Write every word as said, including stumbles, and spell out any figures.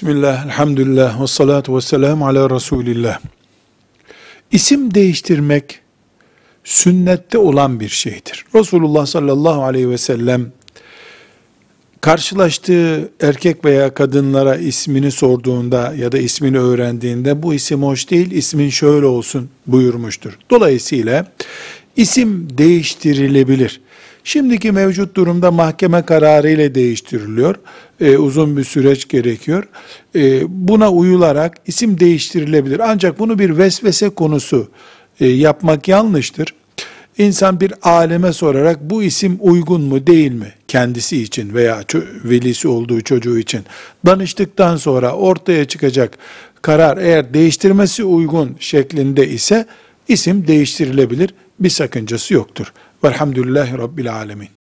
Bismillah, elhamdülillah, ve salatu ve selamu ala Resulillah. İsim değiştirmek sünnette olan bir şeydir. Resulullah sallallahu aleyhi ve sellem karşılaştığı erkek veya kadınlara ismini sorduğunda ya da ismini öğrendiğinde bu isim hoş değil, ismin şöyle olsun buyurmuştur. Dolayısıyla isim değiştirilebilir. Şimdiki mevcut durumda mahkeme kararı ile değiştiriliyor. Ee, uzun bir süreç gerekiyor. Ee, buna uyularak isim değiştirilebilir. Ancak bunu bir vesvese konusu e, yapmak yanlıştır. İnsan bir alime sorarak bu isim uygun mu değil mi kendisi için veya velisi olduğu çocuğu için danıştıktan sonra ortaya çıkacak karar eğer değiştirmesi uygun şeklinde ise isim değiştirilebilir. Bir sakıncası yoktur. Velhamdülillahi Rabbil Alemin.